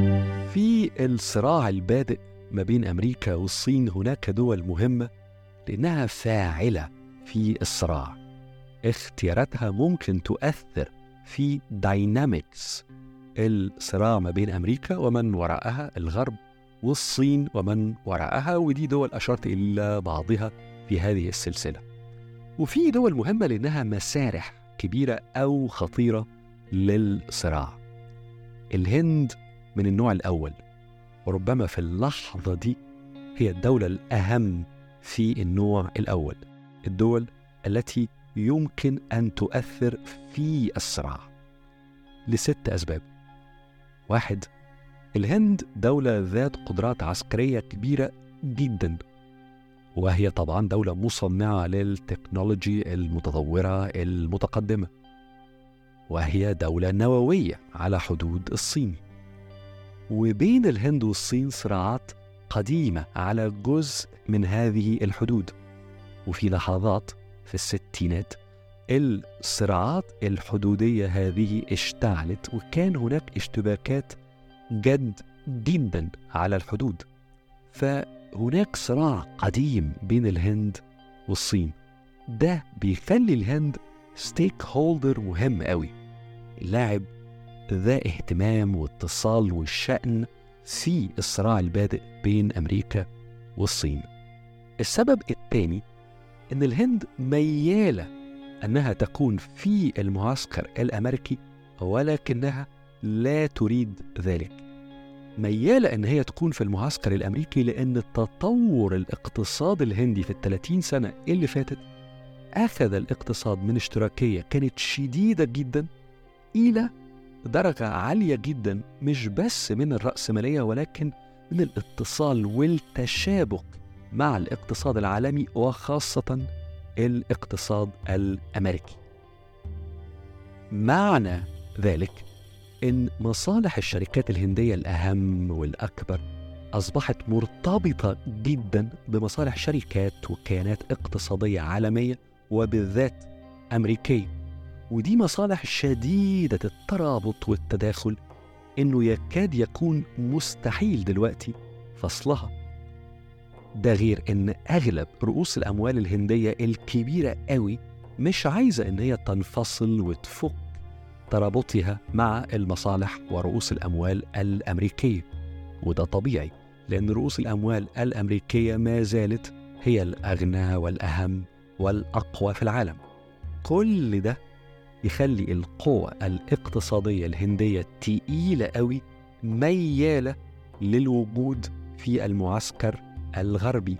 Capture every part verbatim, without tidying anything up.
في الصراع البادئ ما بين أمريكا والصين هناك دول مهمة لأنها فاعلة في الصراع. اختياراتها ممكن تؤثر في دايناميكس الصراع ما بين أمريكا ومن وراءها الغرب والصين ومن وراءها، ودي دول أشرت إلى بعضها في هذه السلسلة. وفي دول مهمة لأنها مسارح كبيرة أو خطيرة للصراع. الهند من النوع الأول، وربما في اللحظة دي هي الدولة الأهم في النوع الأول، الدول التي يمكن أن تؤثر في الصراع لست أسباب. واحد، الهند دولة ذات قدرات عسكرية كبيرة جدا، وهي طبعا دولة مصنعة للتكنولوجي المتطورة المتقدمة، وهي دولة نووية على حدود الصين. وبين الهند والصين صراعات قديمة على جزء من هذه الحدود، وفي لحظات في الستينات الصراعات الحدودية هذه اشتعلت، وكان هناك اشتباكات جد جدا على الحدود. فهناك صراع قديم بين الهند والصين، ده بيخلي الهند ستيك هولدر مهم قوي، اللاعب ذا اهتمام واتصال والشأن في الصراع البادئ بين أمريكا والصين. السبب الثاني إن الهند ميالة أنها تكون في المعسكر الأمريكي، ولكنها لا تريد ذلك. ميالة أن هي تكون في المعسكر الأمريكي لأن التطور الاقتصاد الهندي في الثلاثين سنة اللي فاتت أخذ الاقتصاد من اشتراكية كانت شديدة جدا إلى درجة عالية جدا، مش بس من الرأسمالية ولكن من الاتصال والتشابك مع الاقتصاد العالمي وخاصة الاقتصاد الأمريكي. معنى ذلك إن مصالح الشركات الهندية الأهم والأكبر أصبحت مرتبطة جدا بمصالح شركات وكيانات اقتصادية عالمية وبالذات أمريكية، ودي مصالح شديدة الترابط والتداخل إنه يكاد يكون مستحيل دلوقتي فصلها. ده غير إن أغلب رؤوس الأموال الهندية الكبيرة قوي مش عايزة إن هي تنفصل وتفك ترابطها مع المصالح ورؤوس الأموال الأمريكية، وده طبيعي لأن رؤوس الأموال الأمريكية ما زالت هي الأغنى والأهم والأقوى في العالم. كل ده يخلي القوة الاقتصادية الهندية تقيلة قوي، ميالة للوجود في المعسكر الغربي.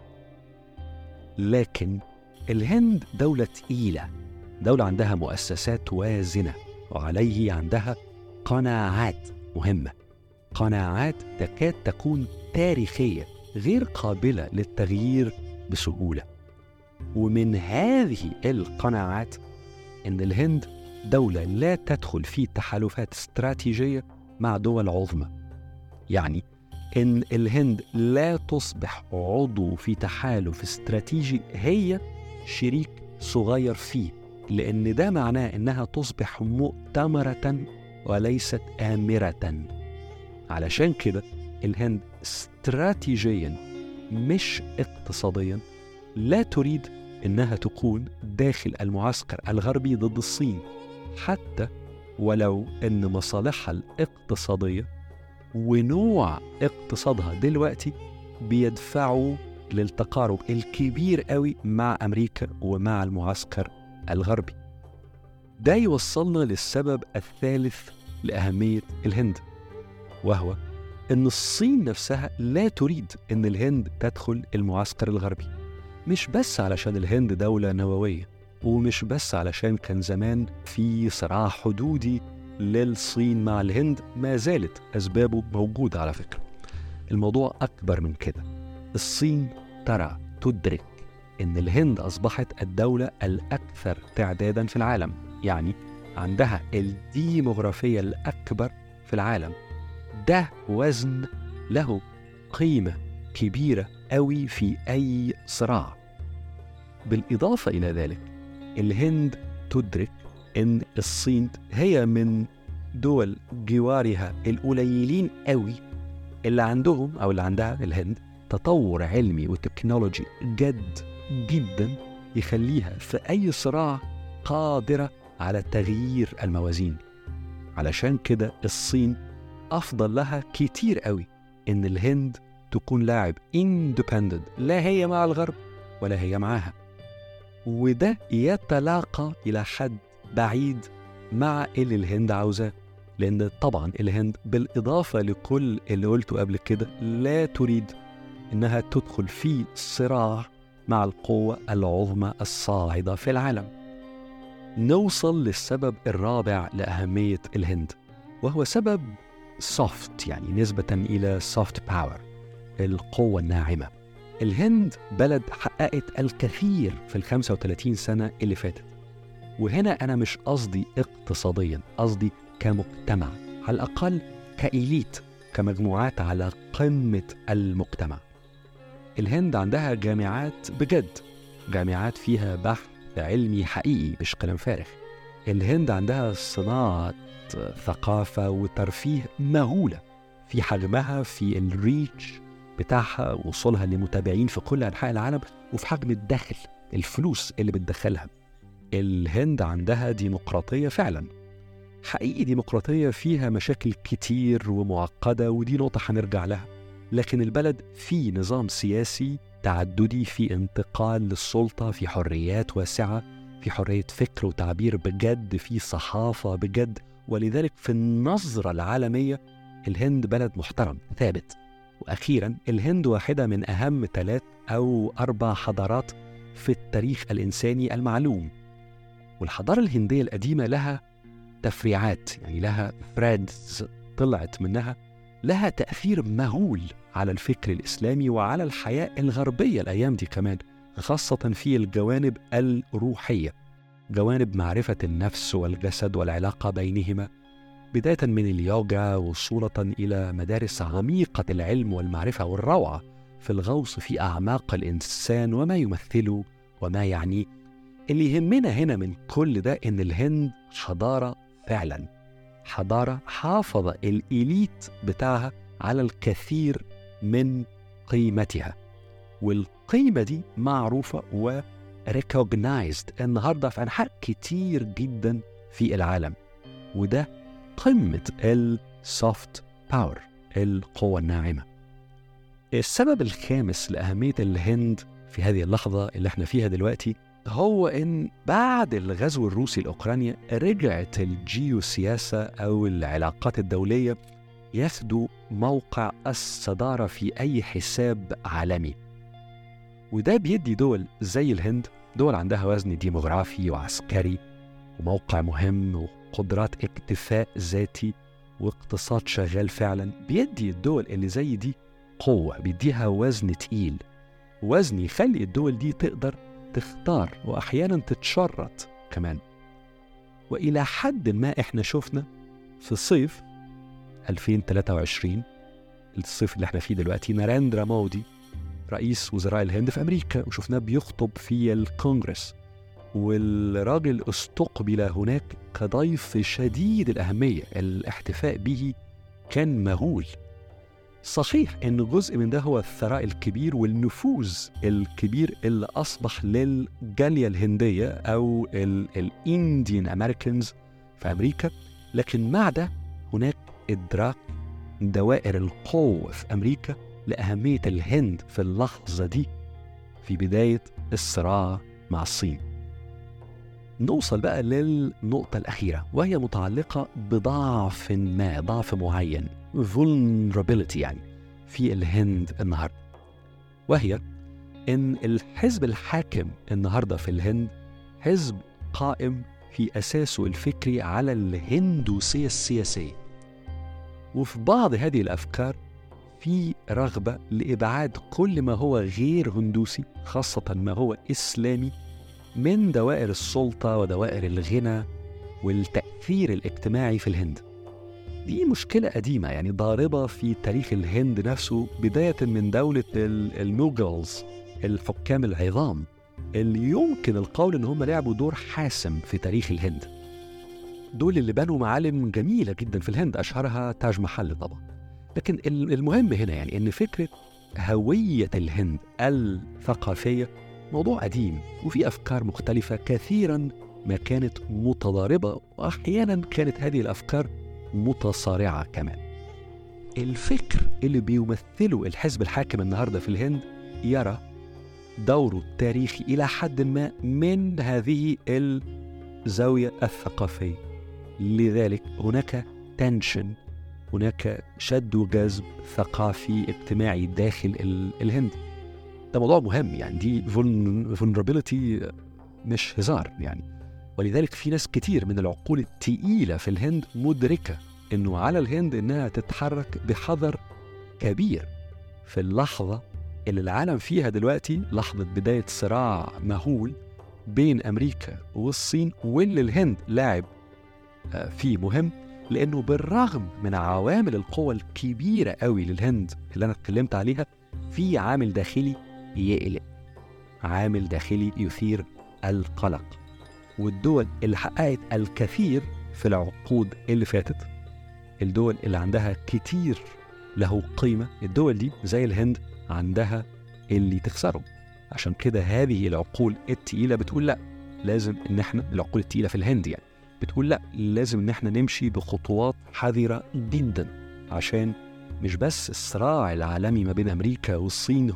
لكن الهند دولة تقيلة، دولة عندها مؤسسات وازنة، وعليه عندها قناعات مهمة، قناعات تكاد تكون تاريخية غير قابلة للتغيير بسهولة. ومن هذه القناعات إن الهند دولة لا تدخل في تحالفات استراتيجية مع دول عظمى، يعني إن الهند لا تصبح عضو في تحالف استراتيجي هي شريك صغير فيه، لأن ده معناه إنها تصبح مؤتمرة وليست آمرة. علشان كده الهند استراتيجيا مش اقتصاديا لا تريد إنها تكون داخل المعسكر الغربي ضد الصين، حتى ولو إن مصالحها الاقتصادية ونوع اقتصادها دلوقتي بيدفعوا للتقارب الكبير قوي مع أمريكا ومع المعسكر الغربي. ده يوصلنا للسبب الثالث لأهمية الهند، وهو إن الصين نفسها لا تريد إن الهند تدخل المعسكر الغربي، مش بس علشان الهند دولة نووية، ومش بس علشان كان زمان في صراع حدودي للصين مع الهند، ما زالت أسبابه موجودة على فكرة. الموضوع أكبر من كده. الصين ترى تدرك إن الهند أصبحت الدولة الأكثر تعداداً في العالم، يعني عندها الديموغرافية الأكبر في العالم. ده وزن له قيمة كبيرة قوي في أي صراع. بالإضافة إلى ذلك الهند تدرك إن الصين هي من دول جوارها القليلين قوي اللي عندهم أو اللي عندها الهند تطور علمي وتكنولوجي جد جدا يخليها في أي صراع قادرة على تغيير الموازين. علشان كده الصين أفضل لها كتير قوي إن الهند تكون لاعب independent، لا هي مع الغرب ولا هي معاها. وده يتلاقى إلى حد بعيد مع اللي الهند عاوزاه، لأن طبعا الهند بالإضافة لكل اللي قلته قبل كده لا تريد إنها تدخل في صراع مع القوة العظمى الصاعدة في العالم. نوصل للسبب الرابع لأهمية الهند، وهو سبب soft، يعني نسبة إلى soft power، القوة الناعمة. الهند بلد حققت الكثير في الخمسة وثلاثين سنة اللي فاتت، وهنا أنا مش قصدي اقتصاديا، قصدي كمجتمع، على الأقل كإليت، كمجموعات على قمة المجتمع. الهند عندها جامعات بجد، جامعات فيها بحث علمي حقيقي مش كلام فارغ. الهند عندها صناعة ثقافة وترفيه مهولة في حجمها، في الريتش بتاعها، وصولها لمتابعين في كل أنحاء العالم، وفي حجم الدخل، الفلوس اللي بتدخلها. الهند عندها ديمقراطية فعلا حقيقي، ديمقراطية فيها مشاكل كتير ومعقدة، ودي نقطة هنرجع لها. لكن البلد فيه نظام سياسي تعددي، في انتقال للسلطة، في حريات واسعة، في حرية فكر وتعبير بجد، في صحافة بجد. ولذلك في النظرة العالمية الهند بلد محترم ثابت. وأخيرا الهند واحدة من أهم ثلاث أو أربع حضارات في التاريخ الإنساني المعلوم. والحضارة الهندية القديمة لها تفريعات، يعني لها ثريدز طلعت منها، لها تأثير مهول على الفكر الإسلامي وعلى الحياة الغربية الأيام دي كمان، خاصة في الجوانب الروحية، جوانب معرفة النفس والجسد والعلاقة بينهما، بداية من اليوغا وصولة إلى مدارس عميقة العلم والمعرفة والروعة في الغوص في أعماق الإنسان وما يمثله وما يعنيه. اللي يهمنا هنا من كل ده إن الهند حضارة فعلا، حضارة حافظ الإليت بتاعها على الكثير من قيمتها، والقيمة دي معروفة و recognized النهاردة في أنحاء كتير جدا في العالم. وده قمة السوفت باور، القوة الناعمة. السبب الخامس لأهمية الهند في هذه اللحظة اللي احنا فيها دلوقتي هو إن بعد الغزو الروسي لأوكرانيا رجعت الجيوسياسة أو العلاقات الدولية ياخدوا موقع الصدارة في أي حساب عالمي. وده بيدي دول زي الهند، دول عندها وزن ديموغرافي وعسكري وموقع مهم وقدرات اكتفاء ذاتي واقتصاد شغال فعلا، بيدي الدول اللي زي دي قوة، بيديها وزن تقيل، وزن يخلي الدول دي تقدر تختار وأحيانا تتشرط كمان. وإلى حد ما إحنا شفنا في صيف ألفين وثلاثة وعشرين، الصيف اللي احنا فيه دلوقتي، ناريندرا مودي رئيس وزراء الهند في أمريكا، وشفناه بيخطب في الكونغرس، والراجل استقبل هناك كضيف شديد الأهمية، الاحتفاء به كان مهول. صحيح إن جزء من ده هو الثراء الكبير والنفوذ الكبير اللي أصبح للجالية الهندية أو الإنديان أمريكانز في أمريكا، لكن مع ده هناك إدراك دوائر القوة في أمريكا لأهمية الهند في اللحظة دي في بداية الصراع مع الصين. نوصل بقى للنقطة الأخيرة، وهي متعلقة بضعف ما، ضعف معين، vulnerability يعني في الهند النهاردة، وهي إن الحزب الحاكم النهاردة في الهند حزب قائم في أساسه الفكري على الهندوسية السياسية، وفي بعض هذه الأفكار في رغبة لإبعاد كل ما هو غير هندوسي، خاصة ما هو إسلامي، من دوائر السلطة ودوائر الغنى والتأثير الاجتماعي في الهند. دي مشكلة قديمة يعني ضاربة في تاريخ الهند نفسه، بداية من دولة الموغلز، الحكام العظام اللي يمكن القول إن هم لعبوا دور حاسم في تاريخ الهند. دول اللي بنوا معالم جميلة جدا في الهند، أشهرها تاج محل طبعا، لكن المهم هنا يعني إن فكرة هوية الهند الثقافية موضوع قديم، وفي أفكار مختلفة كثيراً ما كانت متضاربة، وأحياناً كانت هذه الأفكار متصارعة كمان. الفكر اللي بيمثله الحزب الحاكم النهاردة في الهند يرى دوره التاريخي إلى حد ما من هذه الزاوية الثقافية. لذلك هناك تنشن، هناك شد وجذب ثقافي اجتماعي داخل الهند. ده موضوع مهم يعني، دي vulnerability مش هزار يعني. ولذلك في ناس كتير من العقول التقيلة في الهند مدركة إنه على الهند إنها تتحرك بحذر كبير في اللحظة اللي العالم فيها دلوقتي، لحظة بداية صراع مهول بين أمريكا والصين، واللي الهند لاعب فيه مهم، لأنه بالرغم من عوامل القوة الكبيرة قوي للهند اللي أنا اتكلمت عليها، في عامل داخلي يقلق، عامل داخلي يثير القلق. والدول اللي حققت الكثير في العقود اللي فاتت، الدول اللي عندها كتير له قيمة، الدول دي زي الهند عندها اللي تخسره. عشان كده هذه العقول التقيلة بتقول لا، لازم ان احنا، العقول التقيلة في الهند يعني بتقول لا، لازم ان احنا نمشي بخطوات حذرة جدا، عشان مش بس الصراع العالمي ما بين امريكا والصين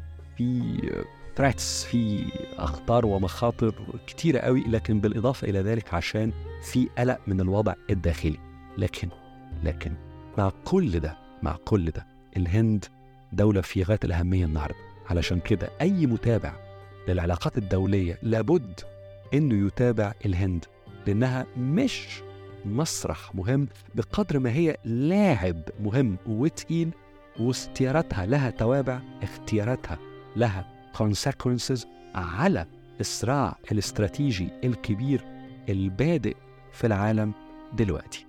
في threats، في اخطار ومخاطر كتيرة قوي، لكن بالاضافة الى ذلك عشان في قلق من الوضع الداخلي. لكن لكن مع كل ده مع كل ده الهند دولة في غاية الأهمية النهاردة. علشان كده أي متابع للعلاقات الدولية لابد إنه يتابع الهند، لأنها مش مسرح مهم بقدر ما هي لاعب مهم وتقيل، واختياراتها لها توابع، اختياراتها لها consequences على الصراع الاستراتيجي الكبير البادئ في العالم دلوقتي.